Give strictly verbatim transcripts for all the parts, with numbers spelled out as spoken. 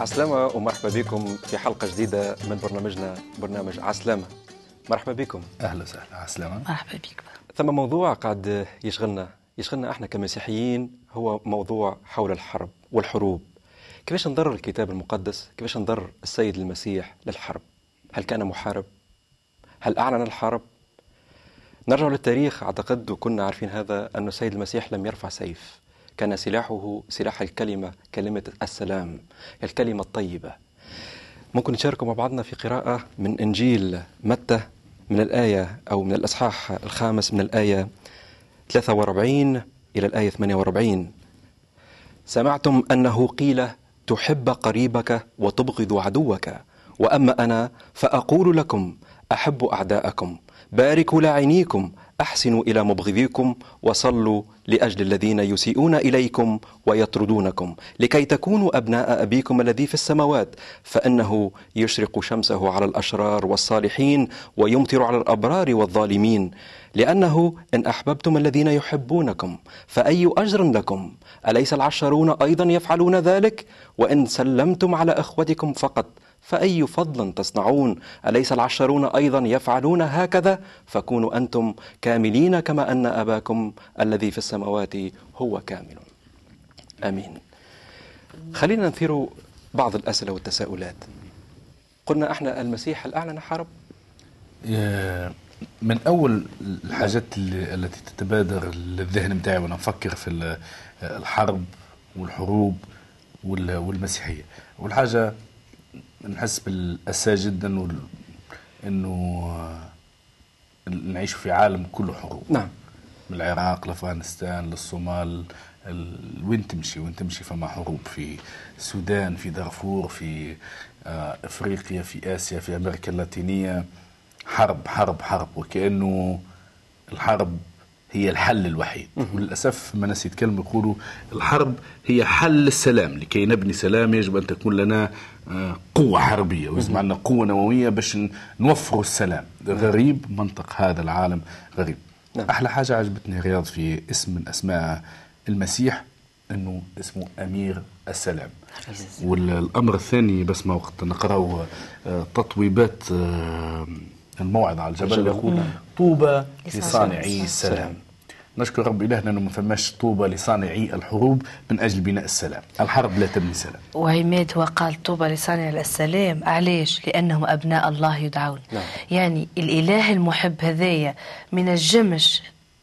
عسلامة ومرحبا بكم في حلقة جديدة من برنامجنا برنامج عسلامة. مرحبا بكم. أهلا وسهلا. عسلامة. مرحبا بك. ثم موضوع قاعد يشغلنا يشغلنا احنا كمسيحيين، هو موضوع حول الحرب والحروب. كيفاش نضر الكتاب المقدس، كيفاش نضر السيد المسيح للحرب؟ هل كان محارب؟ هل أعلن الحرب؟ نرجع للتاريخ، أعتقد وكنا عارفين هذا، أن السيد المسيح لم يرفع سيف، كان سلاحه سلاح الكلمة، كلمة السلام، الكلمة الطيبة. ممكن نشاركوا مع بعضنا في قراءة من إنجيل متى من الآية أو من الأصحاح الخامس من الآية ثلاثة وأربعين إلى الآية ثمانية وأربعين. سمعتم أنه قيل تحب قريبك وتبغض عدوك، وأما أنا فأقول لكم أحبوا أعداءكم، باركوا لاعنيكم، أحسنوا إلى مبغضيكم، وصلوا لأجل الذين يسيئون إليكم ويطردونكم، لكي تكونوا أبناء أبيكم الذي في السماوات، فإنه يشرق شمسه على الأشرار والصالحين ويمطر على الأبرار والظالمين. لأنه إن أحببتم الذين يحبونكم فأي أجر لكم؟ أليس العشرون أيضا يفعلون ذلك؟ وإن سلمتم على أخوتكم فقط فأي فضل تصنعون؟ أليس العشرون أيضا يفعلون هكذا؟ فكونوا أنتم كاملين كما أن أباكم الذي في السماوات هو كامل. آمين. خلينا نثير بعض الأسئلة والتساؤلات. قلنا احنا المسيح هل أعلن حرب؟ من أول الحاجات التي تتبادر للذهن متاعي وأنا أفكر في الحرب والحروب والمسيحية، أول حاجة نحس بالأسى جدا وال... إنه نعيش في عالم كله حروب. نعم. من العراق لأفغانستان للصومال، ال... وين تمشي وين تمشي فما حروب، في السودان، في دارفور، في آه أفريقيا، في آسيا، في أمريكا اللاتينية، حرب حرب حرب، وكأنه الحرب هي الحل الوحيد. وللأسف ما ناس يتكلموا يقولوا الحرب هي حل السلام، لكي نبني سلام يجب أن تكون لنا قوة حربية ويجب عندنا قوة نووية باش نوفروا السلام. غريب منطق هذا العالم، غريب. نعم. أحلى حاجة عجبتني رياض في اسم من أسماء المسيح أنه اسمه أمير السلام. والأمر الثاني بس ما وقت نقرأه تطويبات الموعظة على الجبل يقول طوبى لصانعي السلام. نشكر رب إلهنا أنه ما فماش طوبى لصانعي الحروب من أجل بناء السلام. الحرب لا تبني سلام. وعماد هو قال طوبى لصانع السلام، علاش؟ لأنهم أبناء الله يدعون. نعم. يعني الإله المحب هذايا من الجمش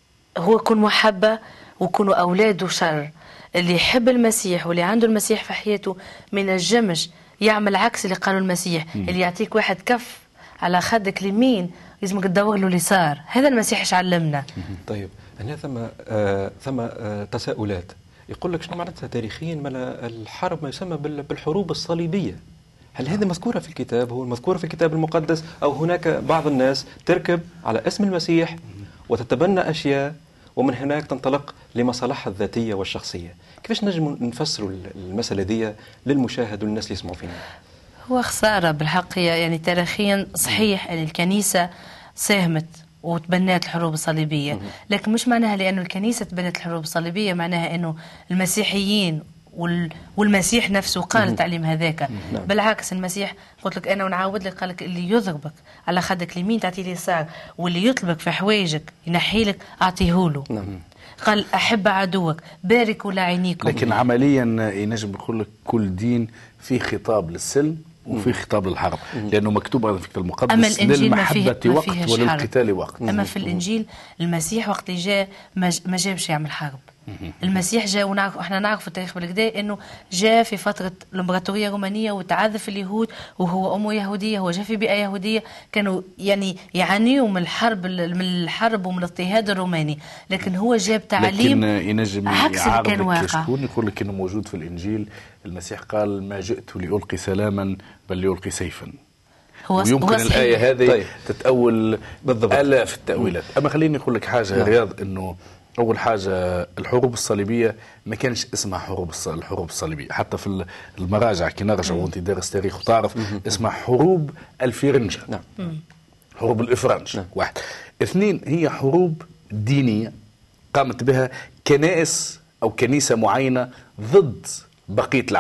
هو كن محبة وكونوا أولاده شر. اللي يحب المسيح واللي عنده المسيح في حياته من الجمش يعمل عكس اللي قالوا المسيح. م. اللي يعطيك واحد كف على خدك اليمين لازمك تدور له اليسار. هذا المسيح ايش علمنا. طيب هنا ثم آه ثم آه تساؤلات. يقول لك شنو معناتها تاريخيا ما الحرب ما يسمى بالحروب الصليبيه؟ هل هذه مذكوره في الكتاب، هو مذكوره في الكتاب المقدس، او هناك بعض الناس تركب على اسم المسيح وتتبنى اشياء ومن هناك تنطلق لمصالحها الذاتيه والشخصيه؟ كيفاش نجم نفسروا المساله دي للمشاهد والناس اللي يسمعوا فينا؟ هو خسارة بالحقيقة. يعني تاريخيا صحيح أن الكنيسة ساهمت وتبنت الحروب الصليبية، لكن مش معناها لأنه الكنيسة تبنت الحروب الصليبية معناها أنه المسيحيين والمسيح نفسه قال التعليم هذاك. بالعكس المسيح قلت لك أنا ونعاود لك، قال لك اللي يضربك على خدك اليمين تعطيه اليسار، واللي يطلبك في حوايجك ينحي لك أعطيه له. قال أحب عدوك، باركوا لاعنيكم. لكن عمليا ينجم يقول لك كل دين فيه خطاب للسلم وفي خطاب للحرب، لأنه مكتوب هذا في الكتاب المقدس للمحبة وقت وللقتال وقت. أما في الإنجيل المسيح وقت اللي جاء ما جابش يعمل حرب. المسيح جاء، ونعرف احنا نعرف التاريخ بالكدا انه جاء في فتره الامبراطوريه الرومانيه وتعذب اليهود، وهو امه يهوديه، هو جاء في بيئه يهوديه، كانوا يعني يعانيوا من الحرب من الحرب ومن الاضطهاد الروماني، لكن هو جاب تعليم لكن ينجم عكس اللي كان واقع. شكون يقول لك انه موجود في الانجيل المسيح قال ما جئت لألقي سلاما بل لألقي سيفا. هو ويمكن هو الآية هذه طيب. تتأول بالضبط. آلاف التأويلات. أما خليني أقول لك حاجة يا رياض، إنه أول حاجة الحروب الصليبية ما كانش اسمها حروب الحروب الصليبية، حتى في المراجع كي نرجع وانت دارس تاريخ وتعرف اسمها حروب الفرنجة. نعم. حروب الإفرنج. نعم. واحد. اثنين، هي حروب دينية قامت بها كنائس أو كنيسة معينة ضد بقية العالم.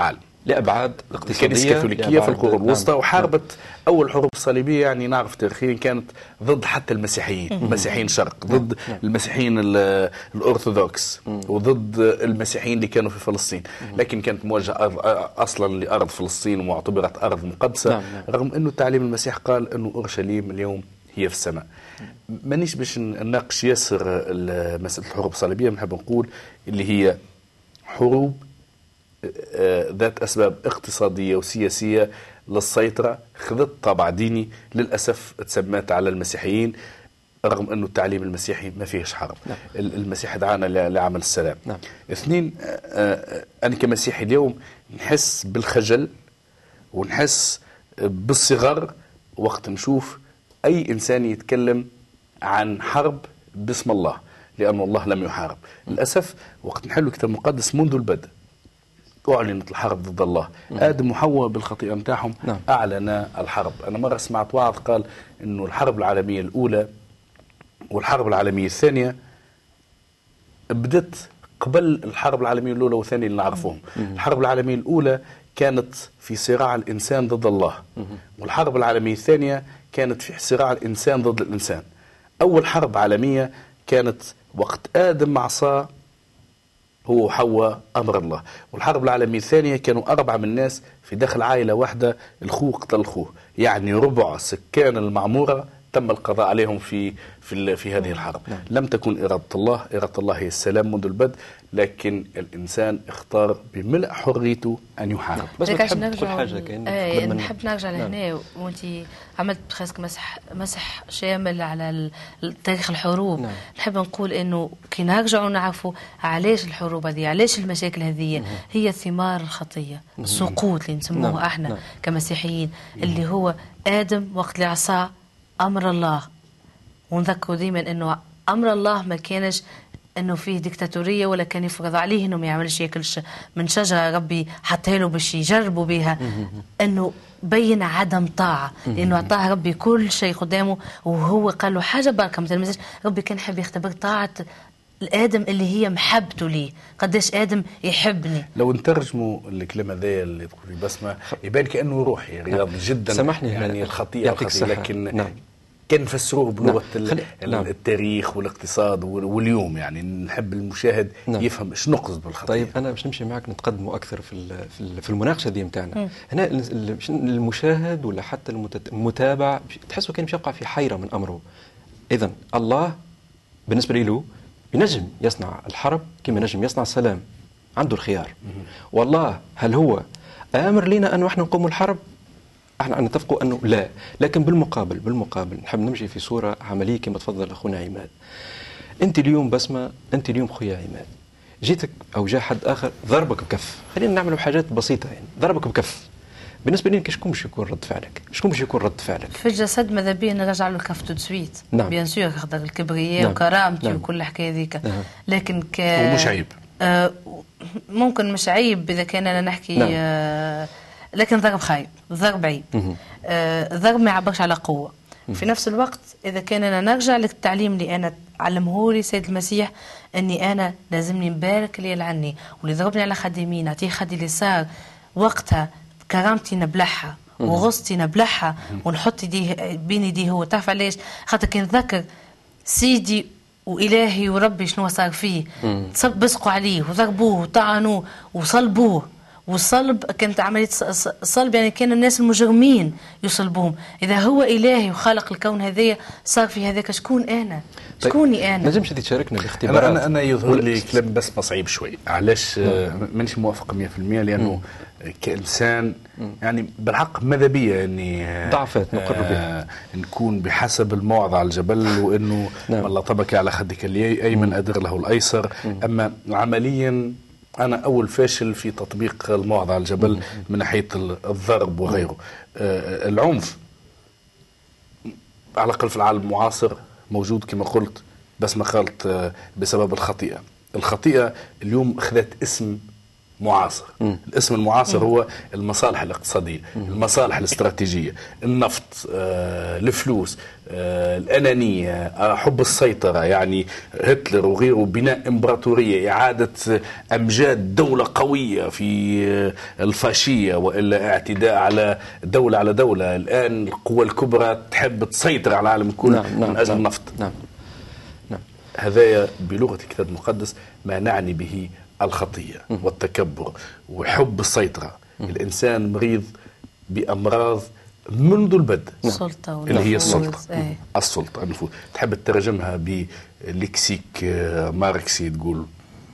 لابعاد اقتصاديه الكنيسة الكاثوليكية في القرون الوسطى. نعم. وحاربت نعم. أول حروب صليبية يعني نعرف تاريخيا كانت ضد حتى المسيحيين، المسيحيين شرق، ضد نعم. المسيحيين الأرثوذكس وضد المسيحيين اللي كانوا في فلسطين، لكن كانت موجهة أصلا لأرض فلسطين ومعتبرت أرض مقدسة. نعم. نعم. رغم أنه تعليم المسيح قال أنه أورشليم اليوم هي في السماء. مانيش باش نناقش ياسر مسألة الحروب الصليبية، بنحب نقول اللي هي حروب ذات أسباب اقتصادية وسياسية للسيطرة، خذت طابع ديني للأسف تسمت على المسيحيين، رغم أنه التعليم المسيحي ما فيهش حرب. نعم. المسيح دعانا لعمل السلام. نعم. اثنين، أنا كمسيحي اليوم نحس بالخجل ونحس بالصغر وقت نشوف أي إنسان يتكلم عن حرب باسم الله، لأن الله لم يحارب. للأسف وقت نحل الكتاب المقدس منذ البدء أعلنت الحرب ضد الله. مم. آدم وحواء بالخطيئة متاعهم نعم. أعلن الحرب. أنا مرة سمعت واحد قال إنه الحرب العالمية الأولى والحرب العالمية الثانية بدت قبل الحرب العالمية الأولى والثانية اللي نعرفهم. مم. الحرب العالمية الأولى كانت في صراع الإنسان ضد الله. مم. والحرب العالمية الثانية كانت في صراع الإنسان ضد الإنسان. أول حرب عالمية كانت وقت آدم عصاه هو وحواء أمر الله. والحرب العالمية الثانية كانوا أربعة من الناس في داخل عائلة واحدة، الخوه قتل الخوه، يعني ربع سكان المعمورة تم القضاء عليهم في في في هذه الحرب. نعم. لم تكن إرادة الله، إرادة الله هي السلام منذ البدء، لكن الإنسان اختار بملء حريته أن يحارب. بس نحب كل حاجة كأنه آه نحب نرجع لهنا. وأنت عملت خاصك مسح مسح شامل على تاريخ الحروب. نعم. نحب نقول إنه كي نرجعوا نعرفوا علاش الحروب هذه، علاش المشاكل هذه هي ثمار الخطية، السقوط اللي نسموه نعم. احنا نعم. كمسيحيين، اللي هو آدم وقت اللي عصى أمر الله. ونذكروا ديما انه امر الله ما كانش انه فيه ديكتاتوريه ولا كان يفرض عليه انه ما يعملش ياكلش من شجره ربي حطها له باش يجربوا بها، انه بين عدم طاعه، لانه اعطاه ربي كل شيء قدامه وهو قال له حاجه بركه مثل ربي كان حب يختبر طاعه الادم اللي هي محبته ليه، قداش ادم يحبني. لو نترجموا الكلام هذا اللي تقولي بسمه يبان كانه روحي رياضي جدا. سامحني يعني الخطيئه الخطيئه، لكن نعم. كان نفسروه بلغه نعم. التاريخ والاقتصاد واليوم، يعني نحب المشاهد نعم. يفهم ايش نقصد بالخطيئه. طيب انا باش نمشي معك نتقدموا اكثر في في المناقشه دي نتاعنا. هنا المشاهد ولا حتى المتابع تحسوا كان يقع في حيره من امره. اذا الله بالنسبه له ينجم يصنع الحرب كما ينجم يصنع السلام، عنده الخيار. والله هل هو امر لنا ان احنا نقوم الحرب؟ احنا نتفقوا انه لا، لكن بالمقابل بالمقابل نحب نمشي في صوره عمليه كما تفضل اخونا عماد. انت اليوم بسمه، انت اليوم خويا عماد، جيتك او جاء حد اخر ضربك بكف، خلينا نعملوا حاجات بسيطه، يعني ضربك بكف، بالنسبه لي شكون باش يكون رد فعلك؟ شكون باش يكون رد فعلك؟ في الجسد ماذا بيا نرجع له الكف تو سويت. نعم. بيان سور خاطر الكبرياء نعم. وكرامتي نعم. وكل الحكايه هذيك. نعم. لكن ك ومش عيب. آه ممكن مش عيب اذا كان انا نحكي نعم. آه لكن ضرب خايب، ضرب عيب. آه ضرب ما يعبرش على قوه. مه. في نفس الوقت اذا كان انا نرجع للتعليم اللي انا علمه لي سيد المسيح، اني انا لازمني نبارك اللي يلعني، واللي ضربني على خدي يمين اعطيه خدي اليسار، وقتها كرامتي نبلعها وغصتي نبلعها ونحط يديه بين يديه هو. تعرف علاش؟ خاطر كي نتذكر سيدي وإلهي وربي شنو صار فيه، بصقوا عليه وضربوه وطعنوه وصلبوه، والصلب كانت عملية صلب، يعني كان الناس المجرمين يصلبوهم. إذا هو إلهي وخالق الكون هذايا صار في هذاك، شكون أنا؟ شكوني أنا؟ نجمش تشاركنا باختبارات. أنا أنا يظهر لي كلام بس صعيب شوي. علاش مانيش موافق مية بالمية؟ لأنه مم. كإنسان يعني بالحق ماذا بيا اني ضعفات نقر بها آه نكون بحسب الموعظة على الجبل، وانه نعم. الله طبك على خدك الايمن ادر له الايسر. مم. اما عمليا انا اول فاشل في تطبيق الموعظة على الجبل مم. من ناحية الضرب وغيره. آه العنف على الاقل في العالم المعاصر موجود كما قلت، بس ما قالت آه بسبب الخطيئة. الخطيئة اليوم اخذت اسم معاصر. مم. الاسم المعاصر مم. هو المصالح الاقتصادية، مم. المصالح الاستراتيجية، النفط، آه، الفلوس، آه، الأنانية، آه، حب السيطرة، يعني هتلر وغيره بناء إمبراطورية، إعادة أمجاد دولة قوية في آه، الفاشية، وإلا اعتداء على دولة على دولة. الآن القوى الكبرى تحب تسيطر على العالم الكل. نعم. نعم. من أجل نعم. النفط. نعم. نعم. هذا بلغة الكتاب المقدس ما نعني به الخطية والتكبر وحب السيطرة. الإنسان مريض بأمراض منذ البدء، السلطة اللي هي السلطة. ايه. السلطة النفوذ. تحب تترجمها بلكسيك ماركسي تقول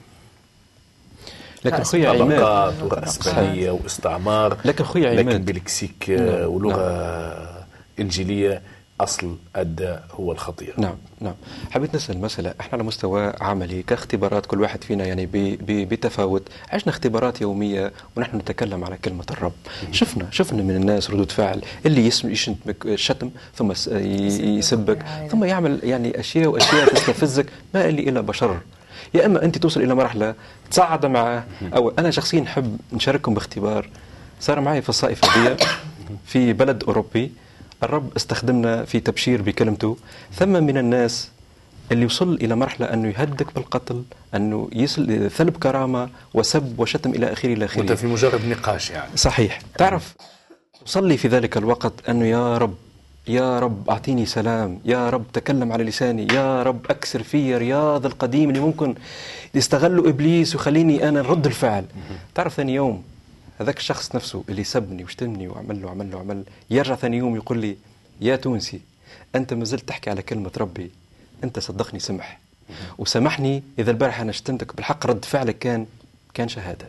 لكن خويا عماد طبقات ورأسمالية واستعمار، لكن خويا عماد لكن بلكسيك ولغة إنجيلية أصل الداء هو الخطيئة. نعم نعم. حبيت نسأل مسألة، احنا على مستوى عملي كاختبارات كل واحد فينا يعني بتفاوت، عشنا اختبارات يومية ونحن نتكلم على كلمة الرب. شفنا شفنا من الناس ردود فعل، اللي يشتمك شتم ثم يسبك ثم يعمل يعني أشياء وأشياء تستفزك ما اللي إلا بشر. يا إما أنت توصل إلى مرحلة تصعد معه، أو أنا شخصيا نحب نشارككم باختبار صار معي في الصائفة دي في بلد أوروبي. الرب استخدمنا في تبشير بكلمته. ثم من الناس اللي وصل إلى مرحلة أنه يهدك بالقتل، أنه يسل ثلب كرامة وسب وشتم إلى آخره إلى آخره. وأنت في مجرد نقاش يعني. صحيح. تعرف وصلي في ذلك الوقت أنه يا رب يا رب أعطيني سلام، يا رب تكلم على لساني، يا رب أكسر في رياض القديم اللي ممكن يستغلوا إبليس وخليني أنا نرد الفعل. تعرف ثاني يوم هذاك الشخص نفسه اللي سبني وشتمني وعمل له عمل له عمل يرجع ثاني يوم يقول لي يا تونسي أنت ما زلت تحكي على كلمة ربي، أنت صدقني سمح وسامحني إذا البارحة أنا شتمتك. بالحق رد فعلك كان كان شهادة،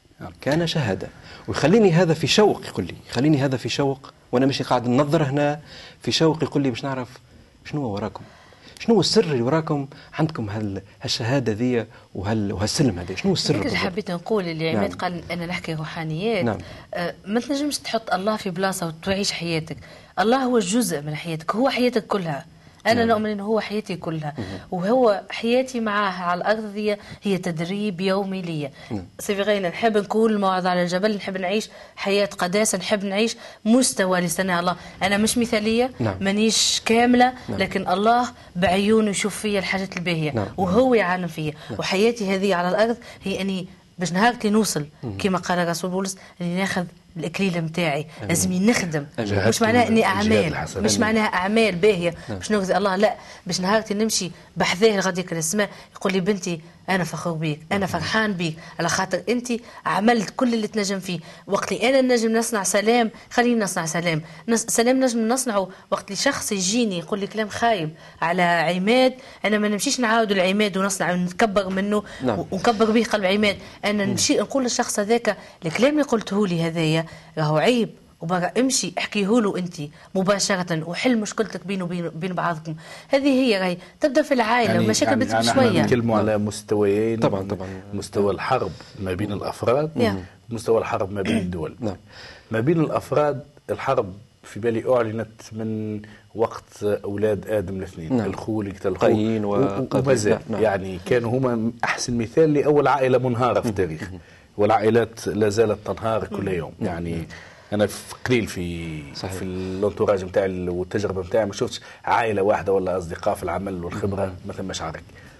كان شهادة. ويخليني هذا في شوق، يقول لي خليني هذا في شوق وأنا مش قاعد ننظر هنا في شوق. يقول لي باش نعرف شنو وراكم، شنو السر اللي وراكم عندكم هال هالشهاده ذي وهال وهالسلم هذا، شنو السر؟ اللي حبيت نقول اللي عماد نعم. قال انا نحكي روحانيات. نعم. آه ما تنجمش تحط الله في بلاصه وتعيش حياتك. الله هو جزء من حياتك، هو حياتك كلها. أنا نعم. نؤمن أنه هو حياتي كلها، وهو حياتي معاه على الأرض هي هي تدريب يومي لي. سيفيغينا نحب نكون الموعظة على الجبل، نحب نعيش حياة قداسة، نحب نعيش مستوى لصنع الله. أنا مش مثالية، نعم. مانيش كاملة، نعم. لكن الله بعيونه يشوف فيا الحاجات الباهية، نعم. وهو يعلم فيا. نعم. وحياتي هذه على الأرض هي أني باش نهار اللي نوصل كما قال الرسول بولس أني ناخذ الإكليل متاعي، لازمني نخدم. مش معناها اني اعمال، مش معناها اعمال باهيه باش نرضي الله، لا، باش نهارتي نمشي بحذاه لغاديك السماء يقول لي بنتي انا فخور بيك، انا فرحان بيك، على خاطر انت عملت كل اللي تنجم فيه. وقت اللي انا نجم نصنع سلام خليني نصنع سلام. نص سلام نجم نصنعه وقت اللي شخص يجيني يقول لي كلام خايب على عماد، انا ما نمشيش نعاود العماد ونصنع ونكبر منه. نعم. ونكبر به قلب عماد. انا نمشي نقول للشخص هذاك الكلام اللي قلته لي هذايا راهو عيب، وبقى امشي احكيه له انت مباشره وحل مشكلتك بينه وبين بين بعضكم. هذه هي راهي تبدا في العائله. يعني المشاكل يعني بتجي يعني شويه. نتكلموا على مستويين. طبعا طبعا مستوى الحرب ما بين الافراد، مستوى الحرب ما بين الدول. نعم. ما بين الافراد الحرب في بالي اعلنت من وقت اولاد ادم الاثنين. نعم. الخو اللي قتل قايين وقابيل. نعم. يعني كانوا هما احسن مثال لاول عائله منهاره في التاريخ، والعائلات لا زالت تنهار كل يوم. يعني انا في قليل في صحيح. في الانتوراج نتاعي والتجربه نتاعي ما شفتش عائله واحده ولا اصدقاء في العمل والخبره مثل مشاعرك.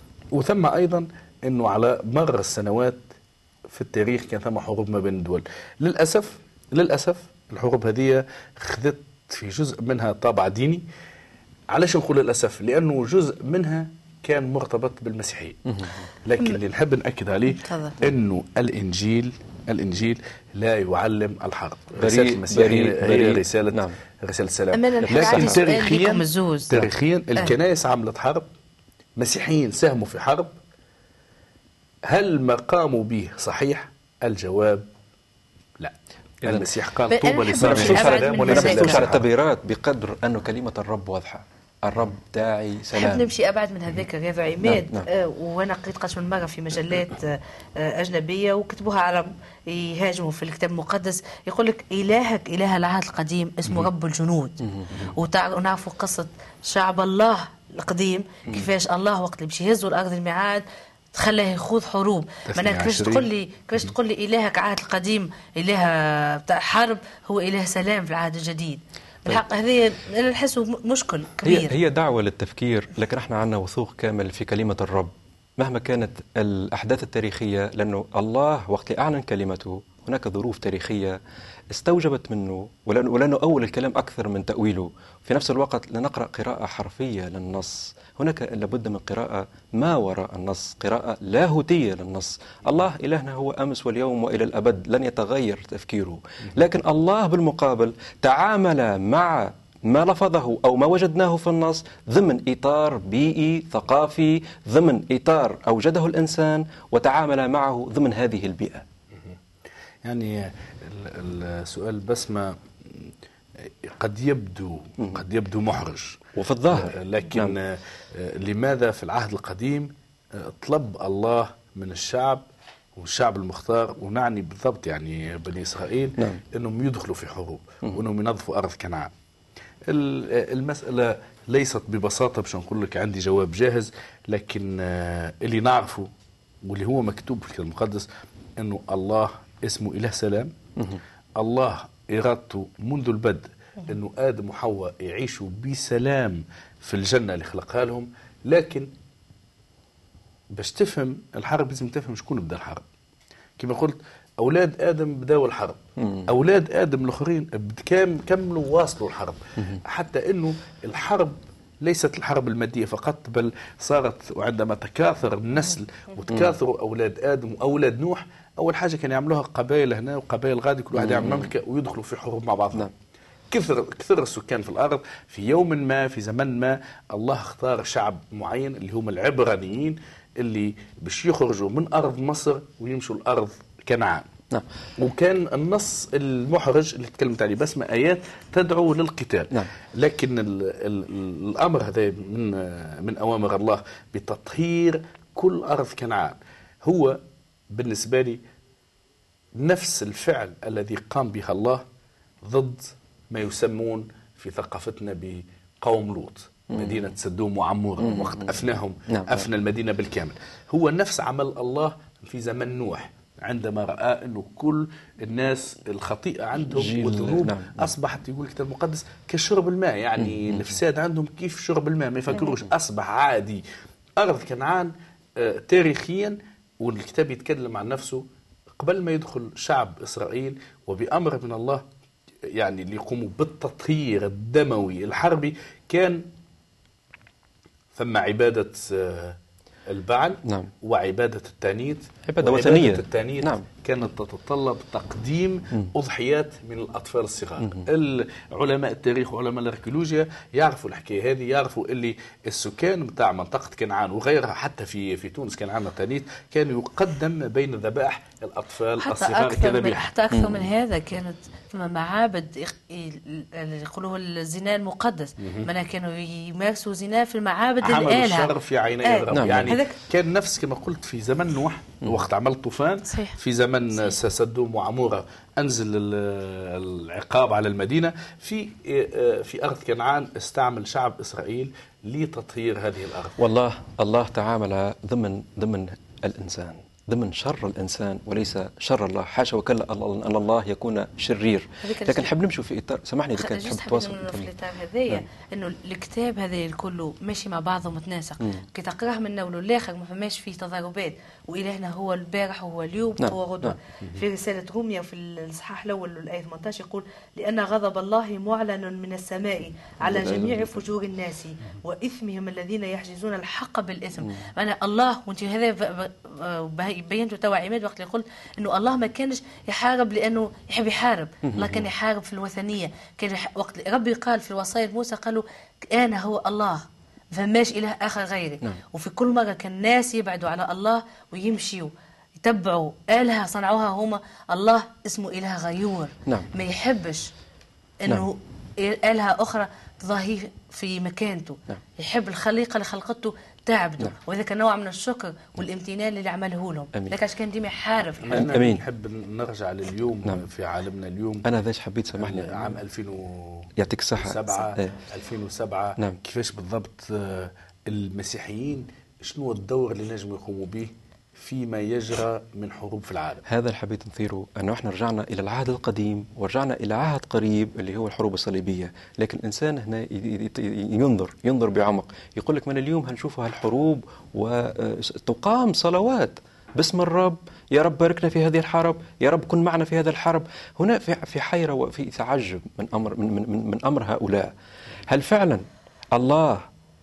وثم ايضا انه على مر السنوات في التاريخ كان ثم حروب ما بين الدول. للاسف للاسف الحروب هذه خذت في جزء منها طابع ديني. علاش نقول للاسف؟ لانه جزء منها كان مرتبط بالمسيحيه. لكن اللي نحب ناكد عليه انه الانجيل الانجيل لا يعلم الحرب. رساله المسيحيه هي رساله نعم. رساله السلام. لكن تاريخيا تاريخيا الكنائس عملت حرب، مسيحيين ساهموا في حرب. هل ما قاموا به صحيح؟ الجواب لا. المسيح قال طوبى لصانع السلام وليس على التبريرات بقدر انه كلمه الرب واضحه. الرب داعي سلام. نحب نمشي ابعد من هذاك يا عماد. نعم. نعم. آه وانا قريت قدش من مره في مجلات آه اجنبيه وكتبوها عرب يهاجموا في الكتاب المقدس، يقول لك الهك اله العهد القديم اسمه رب الجنود. ونعرفوا قصه شعب الله القديم كيفاش الله وقت اللي باش يهزوا الارض الميعاد خلاه يخوض حروب. معناها كيفاش تقول لي كيفاش تقول لي إلهك عهد القديم إله بتاع حرب هو إله سلام في العهد الجديد؟ بالحق هذه أنا نحسه مشكل كبير. هي, هي دعوة للتفكير، لكن احنا عندنا وثوق كامل في كلمة الرب مهما كانت الأحداث التاريخية، لأنه الله وقت اللي أعلن كلمته هناك ظروف تاريخية استوجبت منه، ولأنه أول الكلام أكثر من تأويله. في نفس الوقت لنقرأ قراءة حرفية للنص، هناك لابد من قراءة ما وراء النص، قراءة لاهوتية للنص. الله إلهنا هو أمس واليوم وإلى الأبد، لن يتغير تفكيره، لكن الله بالمقابل تعامل مع ما لفظه أو ما وجدناه في النص ضمن إطار بيئي ثقافي، ضمن إطار أوجده الإنسان وتعامل معه ضمن هذه البيئة. يعني السؤال بسمة قد يبدو قد يبدو محرج وفي الظاهر، لكن نعم. لماذا في العهد القديم طلب الله من الشعب والشعب المختار، ونعني بالضبط يعني بني إسرائيل، نعم. أنهم يدخلوا في حروب وأنهم ينظفوا أرض كنعان؟ المسألة ليست ببساطة باش نقول لك عندي جواب جاهز، لكن اللي نعرفه واللي هو مكتوب في الكتاب المقدس أنه الله اسمه إله سلام. الله إرادته منذ البدء أنه آدم وحواء يعيشوا بسلام في الجنة اللي خلقها لهم، لكن باش تفهم الحرب لازم تفهم شكون بدأ الحرب. كما قلت أولاد آدم بدأوا الحرب، أولاد آدم الآخرين كام كملوا واصلوا الحرب، حتى أنه الحرب ليست الحرب المادية فقط، بل صارت وعندما تكاثر النسل وتكاثروا أولاد آدم وأولاد نوح، أول حاجة كانوا يعملوها قبائل هنا وقبائل غادي، كل واحد يعمل مملكة ويدخلوا في حروب مع بعضهم. نعم. كثر كثر السكان في الأرض. في يوم ما في زمن ما الله اختار شعب معين اللي هم العبرانيين، اللي باش يخرجوا من أرض مصر ويمشوا الأرض كنعان. نعم. وكان النص المحرج اللي تكلمت عليه بسمة آيات تدعو للقتال. نعم. لكن ال ال الأمر هذا من من أوامر الله بتطهير كل أرض كنعان هو بالنسبة لي نفس الفعل الذي قام بها الله ضد ما يسمون في ثقافتنا بقوم لوط، مدينة سدوم وعمورة، وقت أفناهم. نعم. أفنى المدينة بالكامل. هو نفس عمل الله في زمن نوح عندما رأى أنه كل الناس الخطيئة عندهم والذنوب. نعم. أصبحت يقول الكتاب المقدس كشرب الماء، يعني مم. الفساد عندهم كيف شرب الماء، ما يفكروش. أصبح عادي. أرض كنعان آه تاريخيا، والكتاب يتكلم عن نفسه قبل ما يدخل شعب إسرائيل وبأمر من الله يعني اللي يقوموا بالتطهير الدموي الحربي، كان ثم عبادة آه البعل. نعم. وعبادة التانيت. عبادة وثنية. التانيت. نعم. كانت تتطلب تقديم م. أضحيات من الأطفال الصغار. العلماء التاريخ وعلماء الاركيولوجيا يعرفوا الحكاية هذه، يعرفوا اللي السكان متاع منطقة كنعان وغيرها حتى في في تونس كان عندنا تانيت، كان يقدم بين ذبائح الأطفال حتى الصغار كذبيحة. حتى أكثر م. من هذا كانت ثم معابد يقولوا الزنا المقدس، معناها كانوا يمارسوا زنا في المعابد الآلهة. عملوا الشر في عيني آه. الرب. نعم. يعني كان نفس كما قلت في زمن نوح وقت عمل طوفان. صحيح. في زمن سدوم وعمورة أنزل العقاب على المدينة. في في أرض كنعان استعمل شعب إسرائيل لتطهير هذه الأرض. والله الله تعامل ضمن ضمن الإنسان، ضمن شر الإنسان وليس شر الله. حاشا وكلا أن الله يكون شرير. لكن نحب نمشي في إطار، سامحني إذا كنت تحب تواصل في الإطار هذايا، إنه الكتاب هذا الكل ماشي مع بعضه متناسق. كي تقراه من أول لآخر ما فماش فيه تضاربات، وإلهنا هو البارح وهو اليوم وهو غدوة. في رسالة روميا في الإصحاح الأول الآية ثمانية عشر يقول: لأن غضب الله معلن من السماء على جميع فجور الناس وإثمهم الذين يحجزون الحق بالإثم. معنى الله، وانت هذا بينته توا عماد وقت اللي قلت انه الله ما كانش يحارب لانه يحب يحارب، الله كان يحارب في الوثنيه. كان وقت ربي قال في الوصايا موسى قالوا انا هو الله فماش اله اخر غيري. نعم. وفي كل مره كان الناس يبعدوا على الله ويمشيوا يتبعوا آلهة صنعوها هما. الله اسمه اله غيور. نعم. ما يحبش انه نعم. آلهة اخرى تضاهيه في مكانته. نعم. يحب الخليقه اللي خلقته تعبدوا. نعم. وهذا كان نوع من الشكر والامتنان اللي عمله لهم. لكن عشان كان ديما يحارب. أنا نحب نرجع لليوم. نعم. في عالمنا اليوم. أنا ذاش حبيت سامحني عام ألفين يعطيك الصحة سبعة ايه. ألفين وسبعة. نعم. كيفاش بالضبط المسيحيين شنو الدور اللي نجموا يقوموا به فيما يجرى من حروب في العالم. هذا اللي حبيت نثيره، أنه إحنا رجعنا إلى العهد القديم ورجعنا إلى عهد قريب اللي هو الحروب الصليبية، لكن الإنسان هنا ينظر ينظر بعمق، يقول لك من اليوم هنشوف هالحروب وتقام صلوات باسم الرب، يا رب باركنا في هذه الحرب، يا رب كن معنا في هذا الحرب. هنا في حيرة وفي تعجب من أمر من من من أمر هؤلاء. هل فعلا الله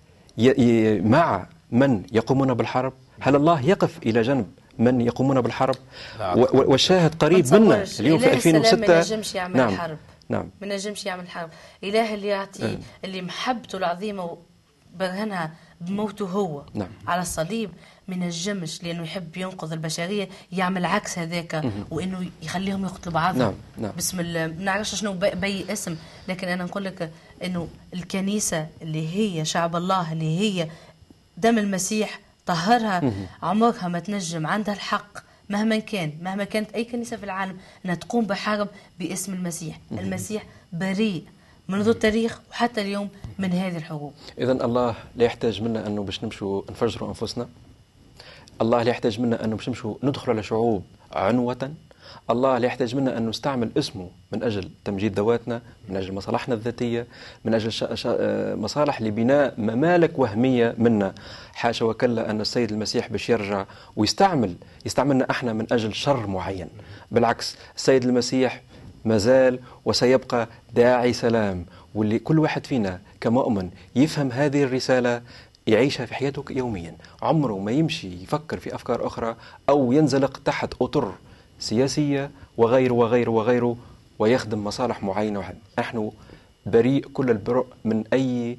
مع من يقومون بالحرب؟ هل الله يقف إلى جنب من يقومون بالحرب؟ والشاهد قريب منا اليوم في ألفين وستة. ما نجمش يعمل نعم. الحرب. نعم. ما نجمش يعمل حرب. إله اللي يعطي آه. اللي محبته العظيمة برهنها بموته هو نعم. على الصليب، ما نجمش لأنه يحب ينقذ البشرية يعمل عكس هذاك وإنه يخليهم يقتلوا بعضهم. نعم. نعم. بسم الله ما نعرفش شنو بي اسم، لكن أنا نقول لك إنه الكنيسة اللي هي شعب الله اللي هي دم المسيح طهرها، عمرها ما تنجم عندها الحق مهما كان مهما كانت أي كنيسة في العالم أنها تقوم بحرب باسم المسيح. المسيح بريء منذ التاريخ وحتى اليوم من هذه الحروب. إذن الله لا يحتاج منا أنه باش نمشوا نفجروا أنفسنا. الله لا يحتاج منا أنه باش نمشوا ندخل على شعوب عنوة. الله لا يحتاج منا أن نستعمل اسمه من أجل تمجيد ذواتنا، من أجل مصالحنا الذاتية، من أجل شا شا مصالح لبناء ممالك وهمية منا. حاشا وكلا أن السيد المسيح باش يرجع ويستعمل يستعملنا احنا من أجل شر معين. بالعكس، السيد المسيح مازال وسيبقى داعي سلام، واللي كل واحد فينا كمؤمن يفهم هذه الرسالة يعيشها في حياته يوميا. عمره ما يمشي يفكر في أفكار أخرى أو ينزلق تحت أطر سياسية وغيره وغيره وغيره ويخدم مصالح معينة واحد. نحن بريء كل البرء من أي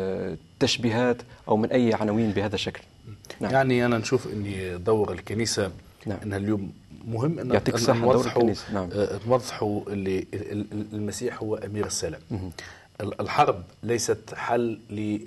تشبيهات أو من أي عناوين بهذا الشكل. نعم. يعني أنا نشوف أن دور الكنيسة نعم. أنها اليوم مهم أن يعطيك الصحة نوضحوا نعم. نوضحوا اللي المسيح هو أمير السلام. الحرب ليست حل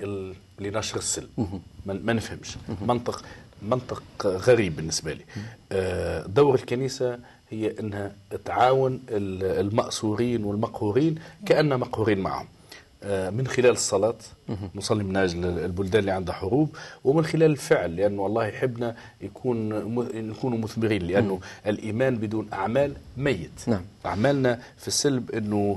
لنشر السلم. ما نفهمش منطق منطق غريب بالنسبة لي. دور الكنيسة هي أنها تعاون المأسورين والمقهورين كأننا مقهورين معهم من خلال الصلاة، نصلي من أجل البلدان اللي عندها حروب، ومن خلال الفعل، لأنه الله يحبنا يكون نكونوا مثمرين، لأنه الإيمان بدون أعمال ميت. نعم. أعمالنا في السلب أنه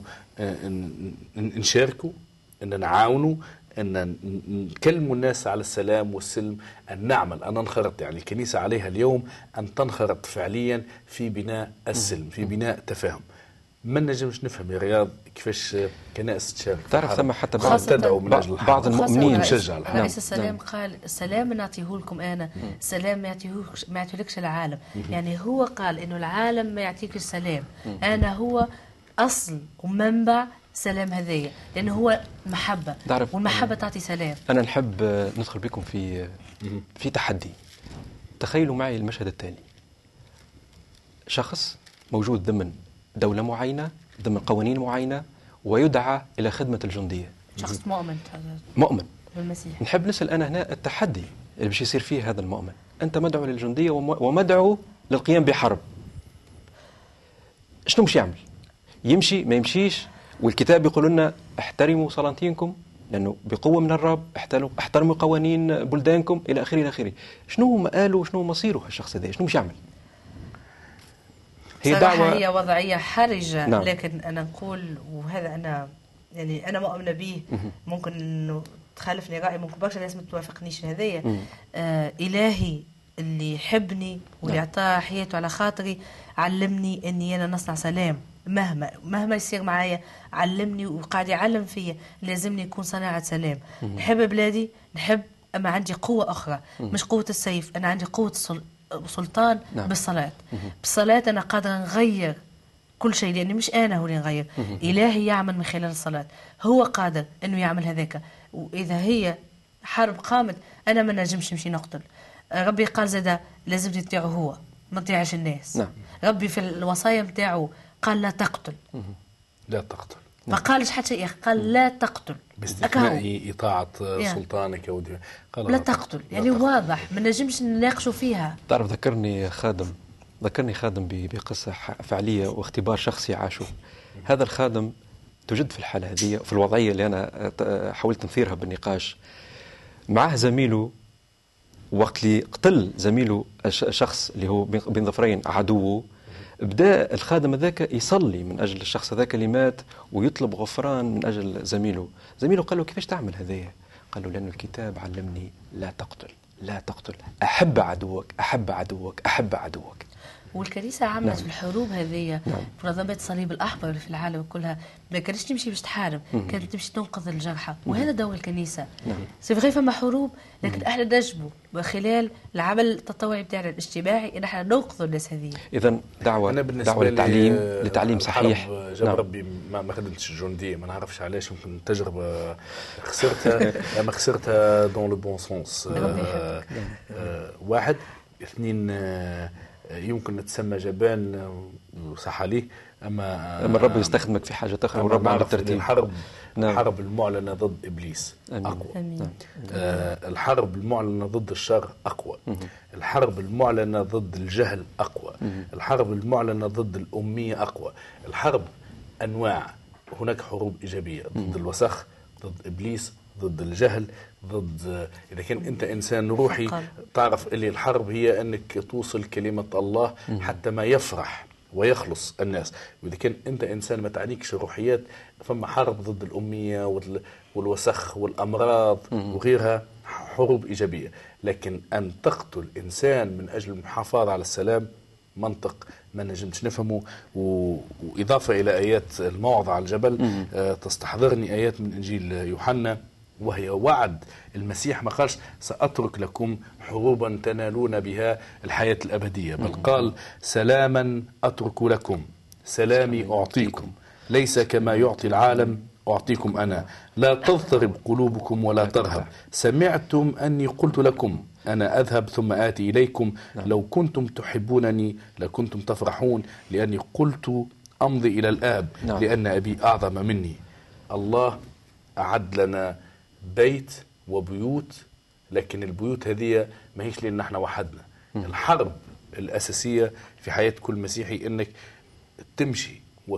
نشاركوا، أن نعاونوا، أن نكلموا الناس على السلام والسلم، أن نعمل، أن ننخرط. يعني الكنيسة عليها اليوم أن تنخرط فعليا في بناء السلم، في بناء تفاهم. ما نجمش نفهم يا رياض كيفاش كنائس تشارك. تعرف ثم حتى بعض تدعو من أجل الحرب. بعض المؤمنين نشجع الحرب. رئيس السلام قال السلام نعطيه لكم أنا، السلام ما يعطيهوش ما يعطيلكش العالم. يعني هو قال إنه العالم ما يعطيك السلام، أنا هو أصل ومنبع سلام هذية، لأنه هو محبة، والمحبة تعطي سلام. أنا نحب ندخل بكم في في تحدي. تخيلوا معي المشهد التالي: شخص موجود ضمن دولة معينة، ضمن قوانين معينة، ويدعى إلى خدمة الجندية. شخص مؤمن مؤمن بالمسيح. نحب نسأل أنا هنا التحدي اللي باش يصير فيه هذا المؤمن. أنت مدعو للجندية ومدعو للقيام بحرب. شنو مش يعمل؟ يمشي ما يمشيش؟ والكتاب يقول لنا احترموا سلاطينكم لأنه بقوة من الرب، احترموا قوانين بلدانكم إلى آخره إلى آخره. شنو مآله وشنو مصيره الشخص هذا؟ شنو مش يعمل؟ هي دعوة، هي وضعية حرجة. نعم. لكن أنا نقول، وهذا أنا يعني أنا مؤمنة به، ممكن إنه تخالفني رأي، ممكن برشا ناس ما توافقنيش هذايا. آه إلهي اللي يحبني واللي أعطاه حياته على خاطري علمني إني أنا نصنع سلام. مهما مهما يصير معايا علمني وقاعد يعلم فيا لازمني يكون صناعة سلام. نحب بلادي، نحب، أما عندي قوة أخرى مش قوة السيف، أنا عندي قوة سلطان. نعم. بالصلاة. بالصلاة أنا قادر نغير كل شيء، لأني مش أنا هو اللي نغير. إلهي يعمل من خلال الصلاة، هو قادر أنه يعمل هذاك. وإذا هي حرب قامت أنا ما نجمش نمشي نقتل. ربي قال زادا لازم تطيعه هو، ما تطيعش الناس. نعم. ربي في الوصايا متاعه قال لا تقتل. لا تقتل. ما قالش حتى شيء، قال لا تقتل باستثناء إطاعة سلطانك أو لا تقتل. يعني لا واضح ما نجمش نناقشوا فيها. تعرف ذكرني خادم ذكرني خادم بقصة فعلية واختبار شخصي عاشه. هذا الخادم توجد في الحالة هذه، في الوضعية اللي أنا حاولت نثيرها بالنقاش. معه زميله وقت اللي قتل زميله الشخص اللي هو بين ظفرين عدوه، بدا الخادم هذاك يصلي من اجل الشخص هذاك اللي مات ويطلب غفران من اجل زميله. زميله قال له كيفاش تعمل هذايا؟ قال له لأن الكتاب علمني لا تقتل لا تقتل، أحب عدوك أحب عدوك أحب عدوك. والكنيسة عملت نعم. في الحروب هذه نعم. منظمات الصليب الأحمر اللي في العالم كلها ما كانتش تمشي باش تحارب، كانت تمشي تنقذ الجرحى، وهذا دور الكنيسة. نعم. سي فغي فما حروب، لكن احنا نجموا خلال العمل التطوعي بتاعنا الاجتماعي ان احنا ننقذوا الناس هذه. إذا دعوة أنا دعوة للتعليم لتعليم صحيح. جاب نعم. ربي ما ما خدمتش الجندية، ما نعرفش علاش، يمكن تجربة خسرتها ما خسرتها دون لو بون سونس. واحد اثنين آه يمكن نتسمى جبان وصح عليه، اما اما الرب يستخدمك في حاجه اخرى والرب عنده ترتيب. الحرب نعم. الحرب المعلنه ضد ابليس أمين. اقوى. أمين. آه الحرب المعلنه ضد الشر اقوى. مم. الحرب المعلنه ضد الجهل اقوى. مم. الحرب المعلنه ضد الاميه اقوى. الحرب انواع، هناك حروب ايجابيه ضد مم. الوسخ، ضد ابليس، ضد الجهل، ضد إذا كان أنت إنسان روحي تعرف اللي الحرب هي أنك توصل كلمة الله حتى ما يفرح ويخلص الناس. وإذا كان أنت إنسان ما تعنيكش روحيات، فما حرب ضد الأمية والوسخ والأمراض وغيرها، حروب إيجابية. لكن أن تقتل إنسان من أجل المحافظة على السلام منطق ما نجمش نفهمه. وإضافة إلى آيات الموعظة على الجبل تستحضرني آيات من إنجيل يوحنا، وهي وعد المسيح، ما قالش سأترك لكم حروبا تنالون بها الحياة الأبدية، بل قال سلاما أترك لكم، سلامي أعطيكم، ليس كما يعطي العالم أعطيكم أنا، لا تضطرب قلوبكم ولا ترهب. سمعتم أني قلت لكم أنا أذهب ثم آتي إليكم، لو كنتم تحبونني لكنتم تفرحون، لأني قلت أمضي إلى الآب لأن أبي أعظم مني. الله أعد لنا بيت وبيوت، لكن البيوت هذه ما هيش لأن احنا وحدنا. الحرب الأساسية في حياة كل مسيحي أنك تمشي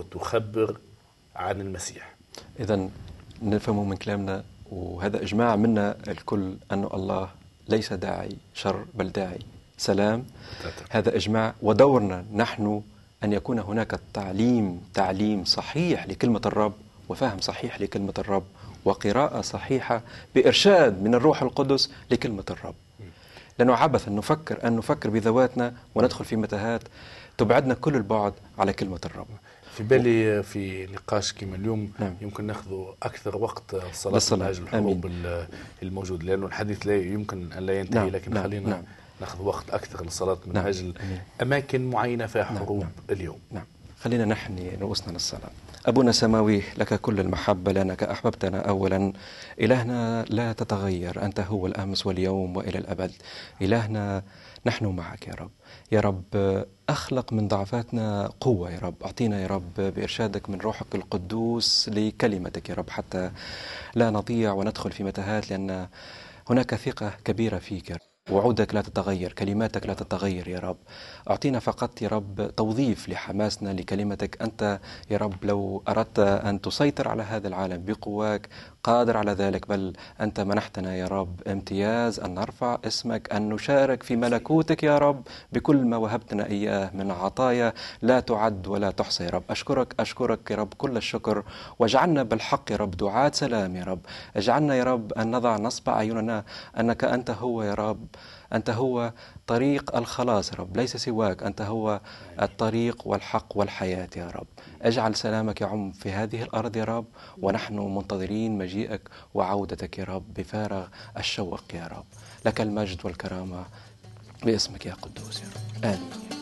وتخبر عن المسيح. إذن نفهم من كلامنا، وهذا إجماع منا الكل، أن الله ليس داعي شر بل داعي سلام. هذا إجماع، ودورنا نحن أن يكون هناك تعليم تعليم صحيح لكلمة الرب، وفهم صحيح لكلمة الرب، وقراءة صحيحة بإرشاد من الروح القدس لكلمة الرب. لأنه عبث أن نفكر أن نفكر بذواتنا وندخل في متاهات تبعدنا كل البعد على كلمة الرب. في بالي في نقاش كما اليوم نعم. يمكن ناخذ أكثر وقت الصلاة من أجل الحروب الموجود، لأنه الحديث لا يمكن أن لا ينتهي. نعم. لكن نعم. خلينا نعم. ناخذ وقت أكثر للصلاة من نعم. أجل أمين. أماكن معينة فيها حروب. نعم. اليوم نعم. خلينا نحني رؤوسنا للصلاة. أبونا السماوي، لك كل المحبة لأنك أحببتنا أولا. إلهنا لا تتغير، أنت هو الأمس واليوم وإلى الأبد. إلهنا نحن معك يا رب. يا رب أخلق من ضعفاتنا قوة يا رب، أعطينا يا رب بإرشادك من روحك القدوس لكلمتك يا رب، حتى لا نضيع وندخل في متاهات، لأن هناك ثقة كبيرة فيك يا رب. وعودك لا تتغير، كلماتك لا تتغير يا رب. أعطينا فقط يا رب توظيف لحماسنا لكلمتك. أنت يا رب لو أردت أن تسيطر على هذا العالم بقواك قادر على ذلك، بل أنت منحتنا يا رب امتياز أن نرفع اسمك، أن نشارك في ملكوتك يا رب بكل ما وهبتنا إياه من عطايا لا تعد ولا تحصى يا رب. أشكرك أشكرك يا رب كل الشكر، واجعلنا بالحق يا رب دعاة سلام يا رب. اجعلنا يا رب أن نضع نصب أعيننا أنك أنت هو يا رب، أنت هو طريق الخلاص يا رب، ليس سواك. أنت هو الطريق والحق والحياة يا رب. اجعل سلامك يعم في هذه الأرض يا رب، ونحن منتظرين مجيئك وعودتك يا رب بفارغ الشوق يا رب. لك المجد والكرامة باسمك يا قدوس يا رب. آمين.